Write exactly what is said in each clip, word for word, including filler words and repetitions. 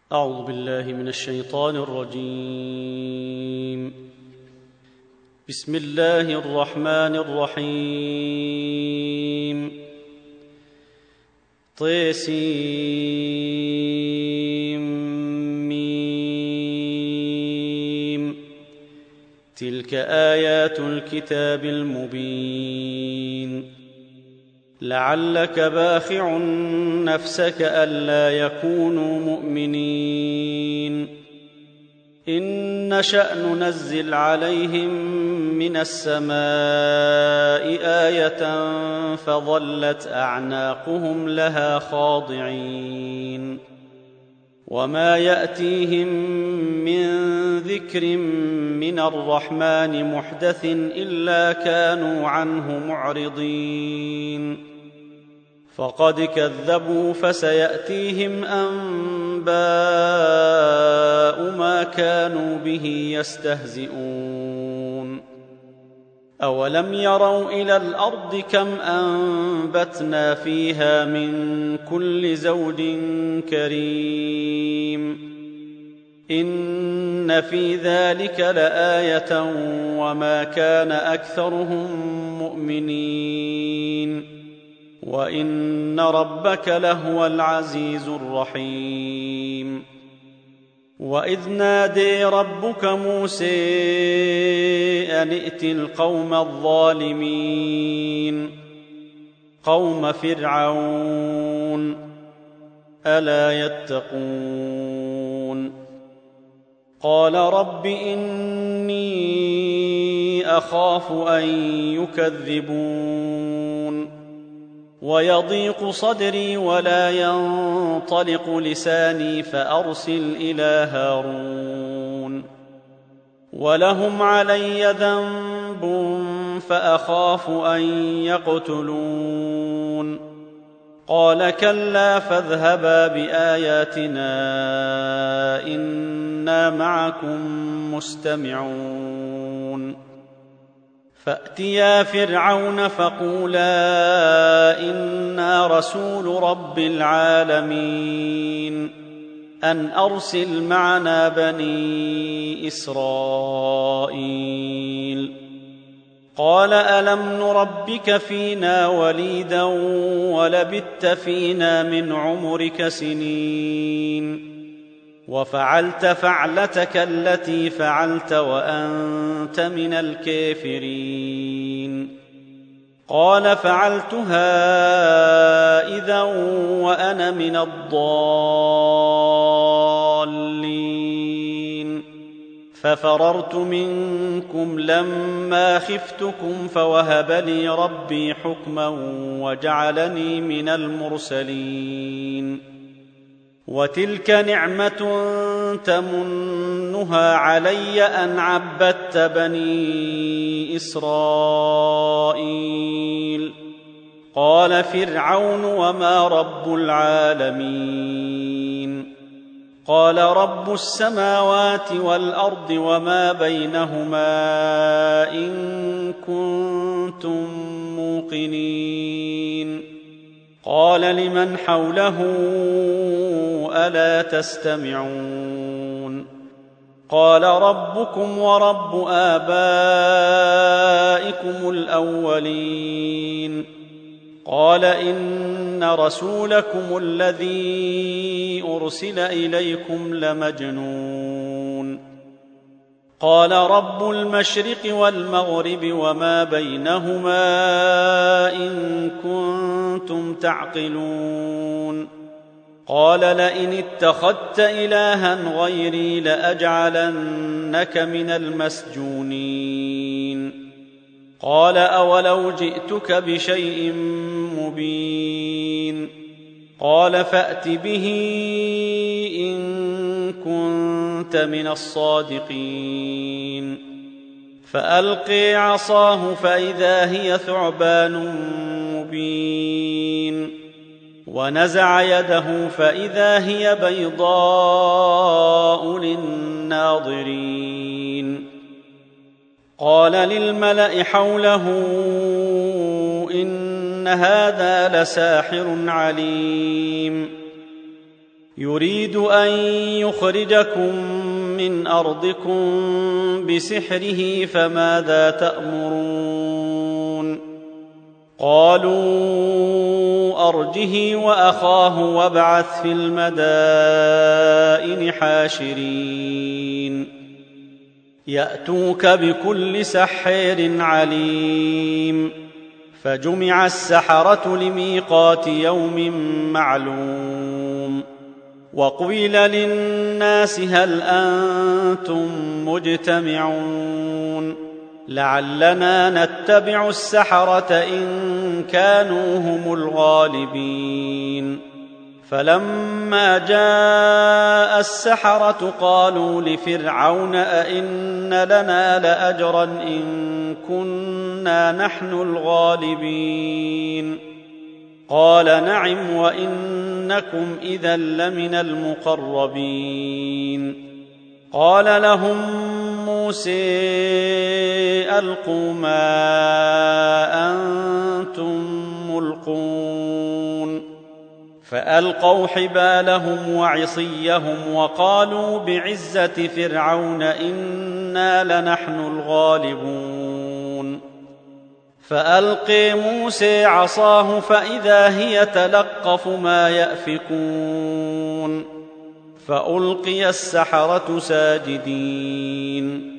أعوذ بالله من الشيطان الرجيم. بسم الله الرحمن الرحيم. طسيم. تلك آيات الكتاب المبين. لعلك باخع نفسك ألا يكونوا مؤمنين. إن نشأ ننزل عليهم من السماء آية فظلت أعناقهم لها خاضعين. وما يأتيهم من ذكر من الرحمن محدث إلا كانوا عنه معرضين. فقد كذبوا فسيأتيهم أنباء ما كانوا به يستهزئون. أولم يروا إلى الأرض كم أنبتنا فيها من كل زوج كريم. إن في ذلك لآية وما كان أكثرهم مؤمنين. وإن ربك لهو العزيز الرحيم. وإذ نادي ربك موسى أن ائت القوم الظالمين قوم فرعون ألا يتقون. قال رب إني أخاف أن يكذبون ويضيق صدري ولا ينطلق لساني فأرسل إلى هارون. ولهم علي ذنب فأخاف أن يقتلون. قال كلا فاذهبا بآياتنا إنا معكم مستمعون. فأتيا فرعون فقولا إنا رسول رب العالمين أن أرسل معنا بني إسرائيل. قال ألم نربك فينا وليدا ولبثت فينا من عمرك سنين وفعلت فعلتك التي فعلت وأنت من الكافرين. قال فعلتها إذا وأنا من الضالين. ففررت منكم لما خفتكم فوهب لي ربي حكما وجعلني من المرسلين. وتلك نعمة تمنها علي أن عبدت بني إسرائيل. قال فرعون وما رب العالمين. قال رب السماوات والأرض وما بينهما إن كنتم موقنين. قال لمن حوله ألا تستمعون. قال ربكم ورب آبائكم الأولين. قال إن رسولكم الذي أرسل إليكم لمجنون. قال رب المشرق والمغرب وما بينهما إن كنتم تعقلون. قال لئن اتخذت إلها غيري لأجعلنك من المسجونين. قال أولو جئتك بشيء مبين. قال فأت به إن كنت من الصادقين. فألقي عصاه فإذا هي ثعبان مبين. ونزع يده فإذا هي بيضاء للناظرين. قال للملأ حوله إن هذا لساحر عليم. يريد أن يخرجكم من أرضكم بسحره فماذا تأمرون قالوا أرجه وأخاه وابعث في المدائن حاشرين يأتوك بكل سحار عليم فجمع السحرة لميقات يوم معلوم وقيل للناس هل أنتم مجتمعون لعلنا نتبع السحرة إن كانوا هم الغالبين فلما جاء السحرة قالوا لفرعون أئن لنا لأجرا إن كنا نحن الغالبين قال نعم وإنكم إذا لمن المقربين قال لهم موسى ألقوا ما أنتم ملقون فألقوا حبالهم وعصيهم وقالوا بعزة فرعون إنا لنحن الغالبون فألقي موسى عصاه فإذا هي تلقف ما يأفكون فألقي السحرة ساجدين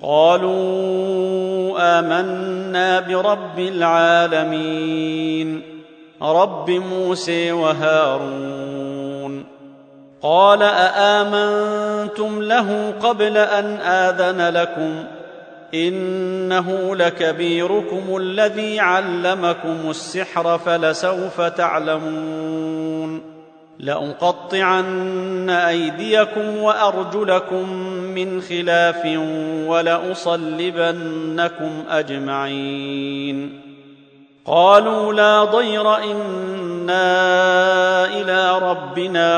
قالوا آمنا برب العالمين رب موسى وهارون قال أآمنتم له قبل أن آذن لكم إنه لكبيركم الذي علمكم السحر فلسوف تعلمون لأقطعن أيديكم وأرجلكم من خلاف ولأصلبنكم أجمعين قالوا لا ضير إنا إلى ربنا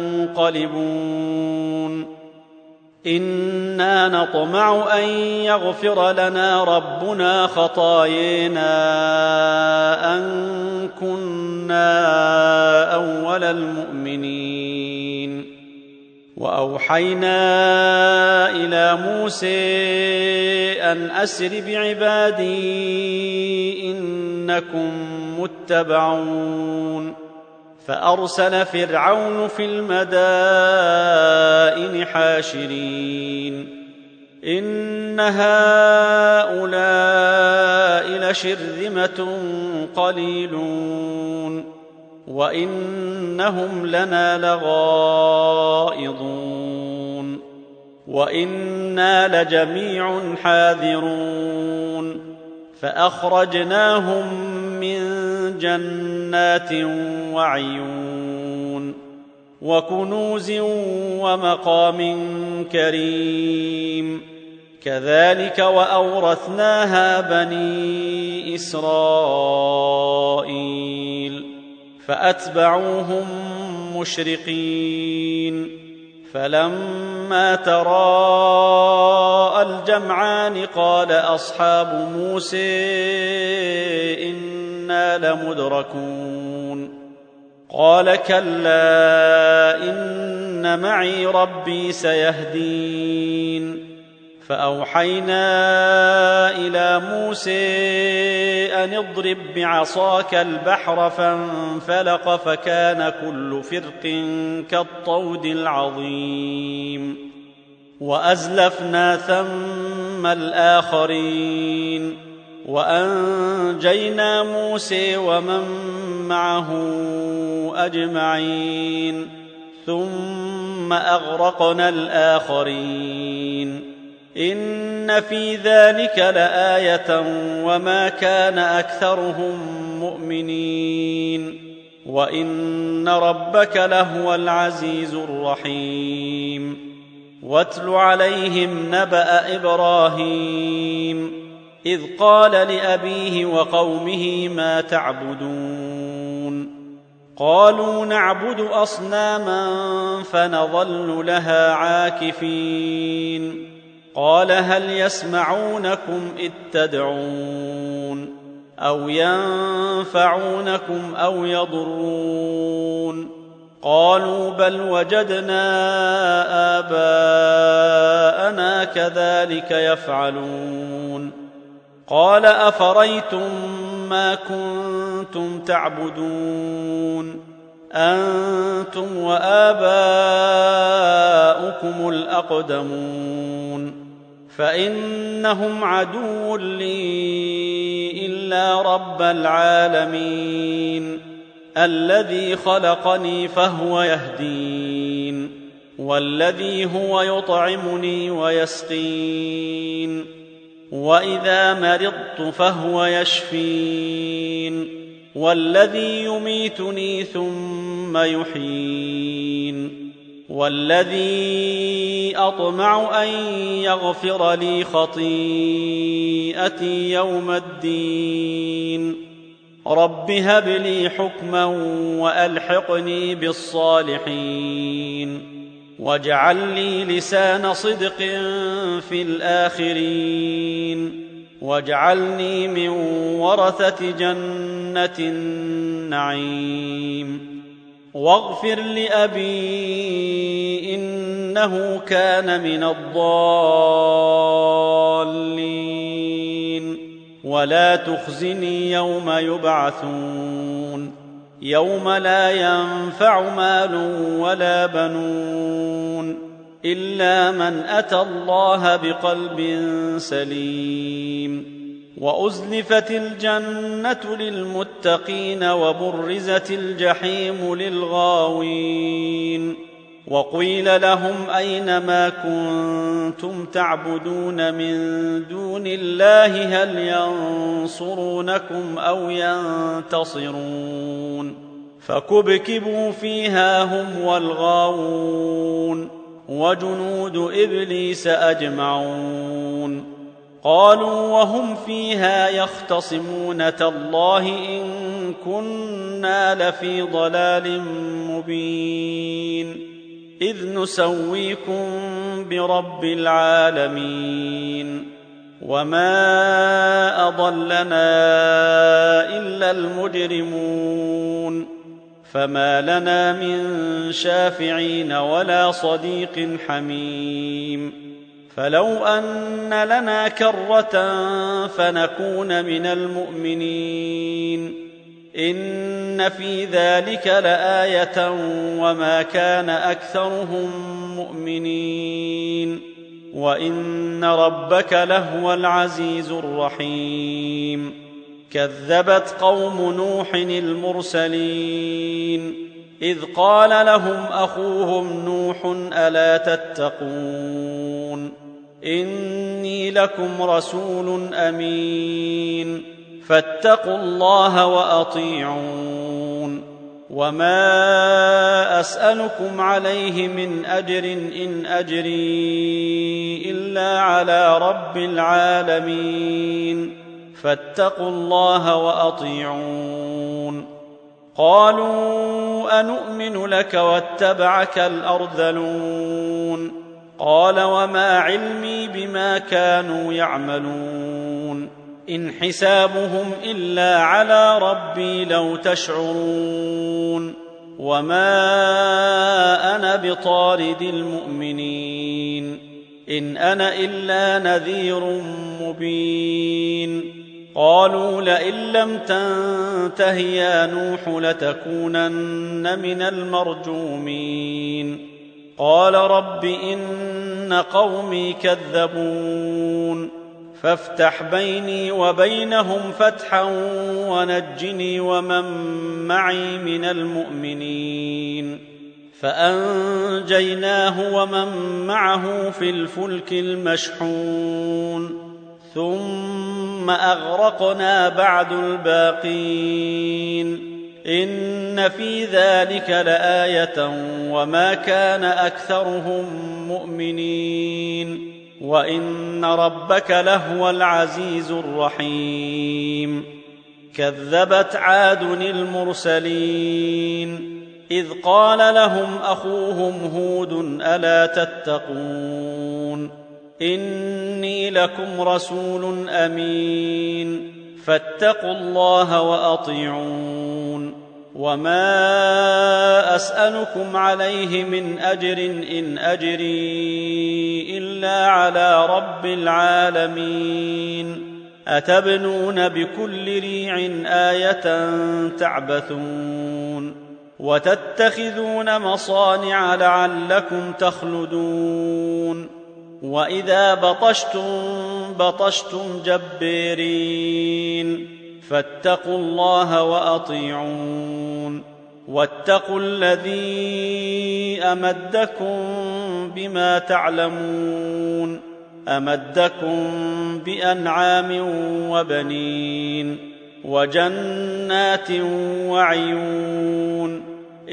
منقلبون إنا نطمع أن يغفر لنا ربنا خطايانا أن كنا أول المؤمنين وأوحينا إلى موسى أن أسر بعبادي إنكم متبعون فأرسل فرعون في المدائن حاشرين إن هؤلاء لشرذمة قليلون وإنهم لنا لغائظون وإنا لجميع حاذرون فأخرجناهم من جنات وعيون وكنوز ومقام كريم كذلك وأورثناها بني إسرائيل فأتبعوهم مشرقين فلما تراءى الجمعان قال أصحاب موسى إنا لمدركون قال كلا إن معي ربي سيهدين فأوحينا إلى موسى أن اضرب بعصاك البحر فانفلق فكان كل فرق كالطود العظيم وأزلفنا ثم الآخرين وأنجينا موسى ومن معه أجمعين ثم أغرقنا الآخرين إن في ذلك لآية وما كان أكثرهم مؤمنين وإن ربك لهو العزيز الرحيم واتل عليهم نبأ إبراهيم إذ قال لأبيه وقومه ما تعبدون قالوا نعبد أصناما فنظل لها عاكفين قال هل يسمعونكم إذ تدعون أو ينفعونكم أو يضرون قالوا بل وجدنا آباءنا كذلك يفعلون قال أفريتم ما كنتم تعبدون أنتم وآباؤكم الأقدمون فإنهم عدو لي إلا رب العالمين الذي خلقني فهو يهدين والذي هو يطعمني ويسقين وإذا مرضت فهو يشفين والذي يميتني ثم يحيين والذي أطمع أن يغفر لي خطيئتي يوم الدين رب هب لي حكما وألحقني بالصالحين واجعل لي لسان صدق في الآخرين واجعلني من ورثة جنة النعيم واغفر لأبي إنه كان من الضالين ولا تخزني يوم يبعثون يوم لا ينفع مال ولا بنون إلا من أتى الله بقلب سليم وأزلفت الجنة للمتقين وبرزت الجحيم للغاوين وقيل لهم أين ما كنتم تعبدون من دون الله هل ينصرونكم أو ينتصرون فكبكبوا فيها هم والغاوون وجنود إبليس أجمعون قالوا وهم فيها يختصمون تالله إن كنا لفي ضلال مبين إذ نسويكم برب العالمين وما أضلنا إلا المجرمون فما لنا من شافعين ولا صديق حميم فلو أن لنا كرة فنكون من المؤمنين إن في ذلك لآية وما كان أكثرهم مؤمنين وإن ربك لهو العزيز الرحيم كذبت قوم نوح المرسلين إذ قال لهم أخوهم نوح ألا تتقون إني لكم رسول أمين فاتقوا الله وأطيعون وما أسألكم عليه من أجر إن أجري إلا على رب العالمين فاتقوا الله وأطيعون قالوا أنؤمن لك واتبعك الأرذلون قال وما علمي بما كانوا يعملون إن حسابهم إلا على ربي لو تشعرون وما أنا بطارد المؤمنين إن أنا إلا نذير مبين قالوا لئن لم تنته يا نوح لتكونن من المرجومين قال رب إن قومي كذبون فافتح بيني وبينهم فتحا ونجني ومن معي من المؤمنين فأنجيناه ومن معه في الفلك المشحون ثم أغرقنا بعد الباقين إن في ذلك لآية وما كان أكثرهم مؤمنين وإن ربك لهو العزيز الرحيم كذبت عاد المرسلين إذ قال لهم أخوهم هود ألا تتقون إني لكم رسول أمين فاتقوا الله وأطيعون وما أسألكم عليه من أجر إن أجري إلا على رب العالمين أتبنون بكل ريع آية تعبثون وتتخذون مصانع لعلكم تخلدون وإذا بطشتم بطشتم جبارين فاتقوا الله وأطيعون واتقوا الذي أمدكم بما تعلمون أمدكم بأنعام وبنين وجنات وعيون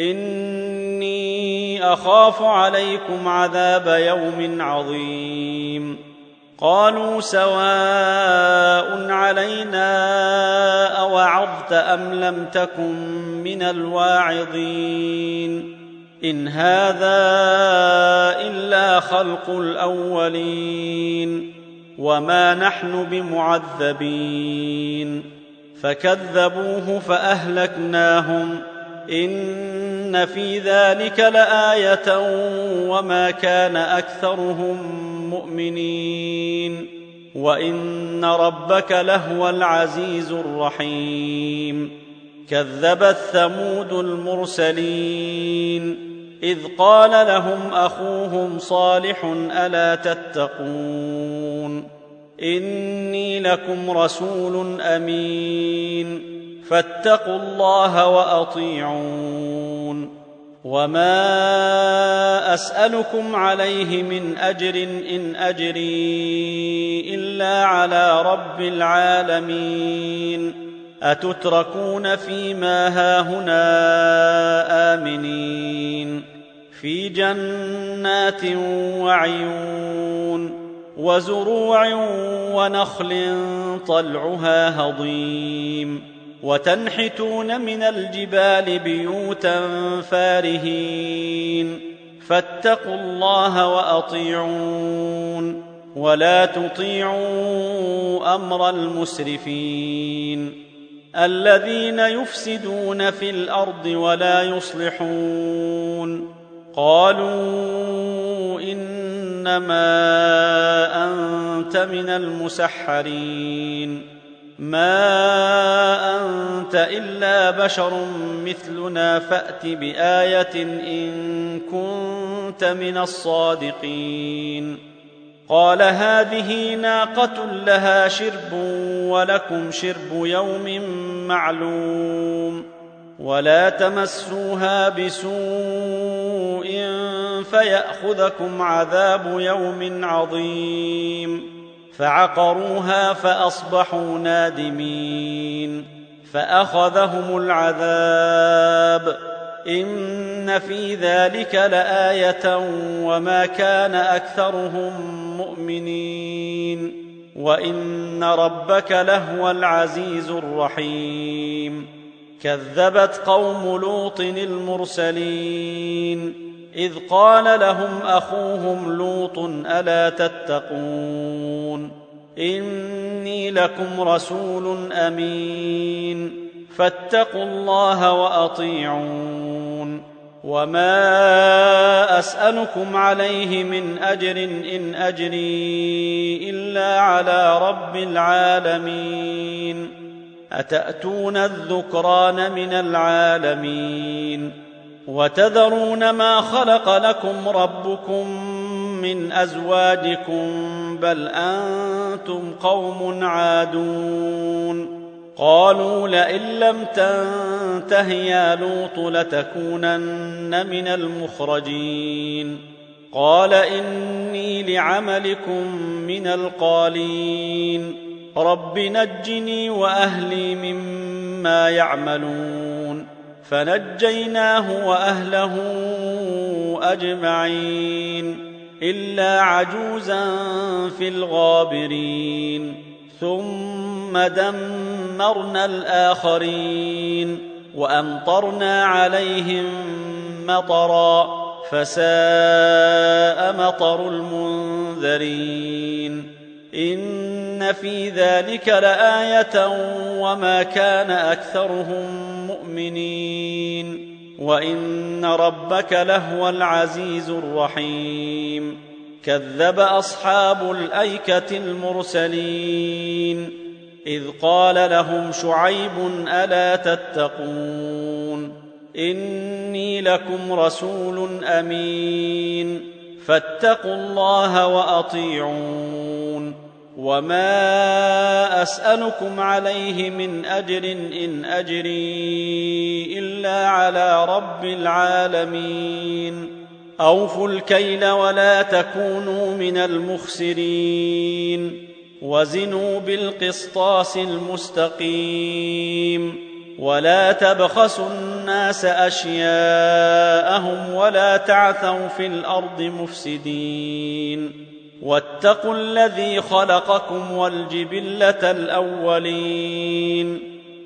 إني أخاف عليكم عذاب يوم عظيم قالوا سواء علينا أوعظت أم لم تكن من الواعظين إن هذا إلا خلق الأولين وما نحن بمعذبين فكذبوه فأهلكناهم إن في ذلك لآية وما كان أكثرهم مؤمنين وإن ربك لهو العزيز الرحيم كذبت ثمود المرسلين إذ قال لهم أخوهم صالح ألا تتقون إني لكم رسول أمين فاتقوا الله وأطيعون وما أسألكم عليه من أجر إن أجري إلا على رب العالمين أتتركون فيما هاهنا آمنين في جنات وعيون وزروع ونخل طلعها هضيم وتنحتون من الجبال بيوتا فارهين فاتقوا الله وأطيعون ولا تطيعوا أمر المسرفين الذين يفسدون في الأرض ولا يصلحون قالوا إنما أنت من المسحرين ما أنت إلا بشر مثلنا فأت بآية إن كنت من الصادقين قال هذه ناقة لها شرب ولكم شرب يوم معلوم ولا تمسوها بسوء فيأخذكم عذاب يوم عظيم فعقروها فأصبحوا نادمين فأخذهم العذاب إن في ذلك لآية وما كان أكثرهم مؤمنين وإن ربك لهو العزيز الرحيم كذبت قوم لوط المرسلين إذ قال لهم أخوهم لوط ألا تتقون إني لكم رسول أمين فاتقوا الله وأطيعون وما أسألكم عليه من أجر إن أجري إلا على رب العالمين أتأتون الذكران من العالمين وتذرون ما خلق لكم ربكم من أزواجكم بل أنتم قوم عادون قالوا لئن لم تنته يا لوط لتكونن من المخرجين قال إني لعملكم من القالين رب نجني وأهلي مما يعملون فنجيناه وأهله أجمعين إلا عجوزا في الغابرين ثم دمرنا الآخرين وأمطرنا عليهم مطرا فساء مطر المنذرين إن في ذلك لآية وما كان أكثرهم مؤمنين وإن ربك لهو العزيز الرحيم كذب أصحاب الأيكة المرسلين إذ قال لهم شعيب ألا تتقون إني لكم رسول أمين فاتقوا الله وأطيعون وما أسألكم عليه من أجر إن أجري إلا على رب العالمين أوفوا الكيل ولا تكونوا من المخسرين وزنوا بالقسطاس المستقيم ولا تبخسوا الناس أشياءهم ولا تعثوا في الأرض مفسدين واتقوا الذي خلقكم والجبلة الأولين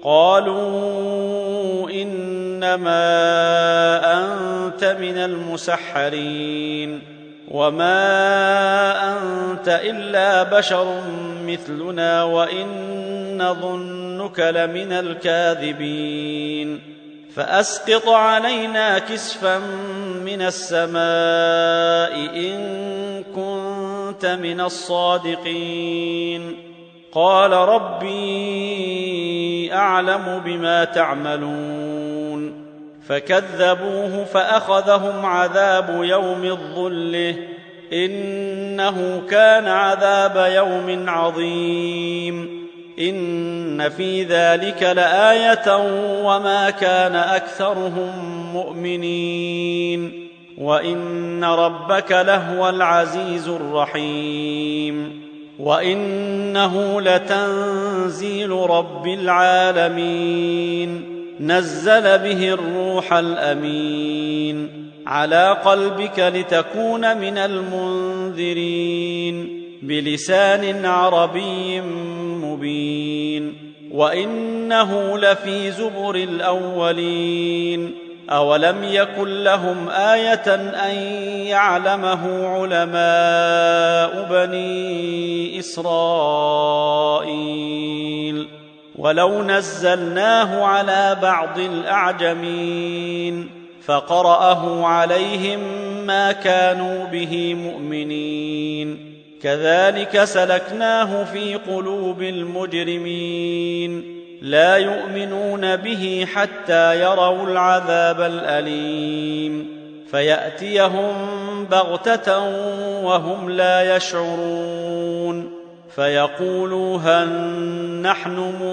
قالوا إنما أنت من المسحرين وما أنت إلا بشر مثلنا وإن نظنك لمن الكاذبين فأسقط علينا كسفا من السماء إن كنت من الصادقين قال ربي أعلم بما تعملون فكذبوه فأخذهم عذاب يوم الظلة إنه كان عذاب يوم عظيم إن في ذلك لآية وما كان أكثرهم مؤمنين وإن ربك لهو العزيز الرحيم وإنه لتنزيل رب العالمين نزل به الروح الأمين على قلبك لتكون من المنذرين بلسان عربي مبين وإنه لفي زبر الأولين أولم يكن لهم آية أن يعلمه علماء بني إسرائيل ولو نزلناه على بعض الأعجمين فقرأه عليهم ما كانوا به مؤمنين كذلك سلكناه في قلوب المجرمين لا يؤمنون به حتى يروا العذاب الأليم فيأتيهم بغتة وهم لا يشعرون فيقولوا هل نحن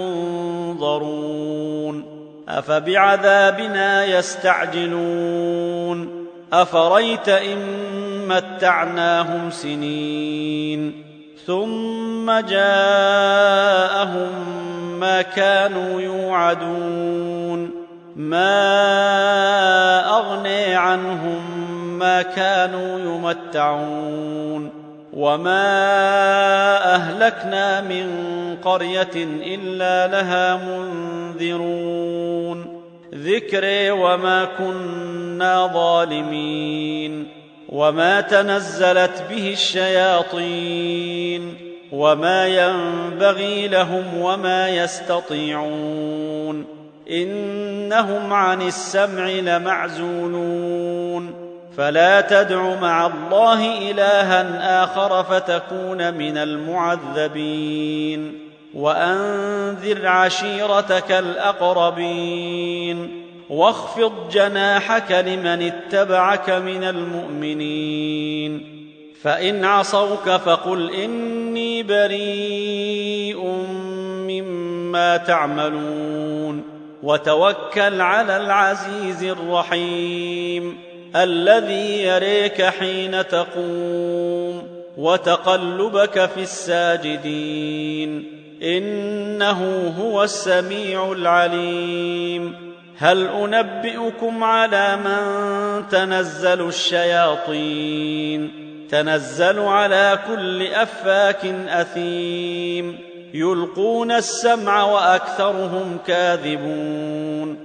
منظرون أفبعذابنا يستعجلون أفريت إن متعناهم سنين ثم جاءهم ما كانوا يوعدون ما أغني عنهم ما كانوا يمتعون وما أهلكنا من قرية إلا لها منذرون ذكري وما كنا ظالمين وما تنزلت به الشياطين وما ينبغي لهم وما يستطيعون إنهم عن السمع لمعزولون فلا تدع مع الله إلها آخر فتكون من المعذبين وأنذر عشيرتك الأقربين واخفض جناحك لمن اتبعك من المؤمنين فإن عصوك فقل إني بريء مما تعملون وتوكل على العزيز الرحيم الذي يريك حين تقوم وتقلبك في الساجدين إنه هو السميع العليم هل أنبئكم على من تنزل الشياطين تنزل على كل أفاك أثيم يلقون السمع وأكثرهم كاذبون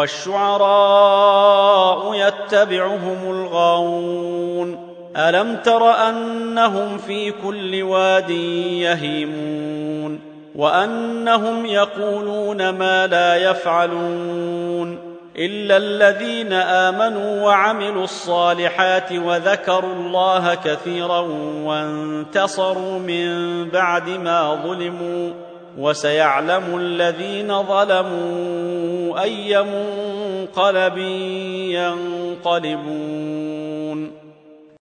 والشعراء يتبعهم الغاوون ألم تر أنهم في كل واد يهيمون وأنهم يقولون ما لا يفعلون إلا الذين آمنوا وعملوا الصالحات وذكروا الله كثيرا وانتصروا من بعد ما ظلموا وسيعلم الذين ظلموا أي منقلب ينقلبون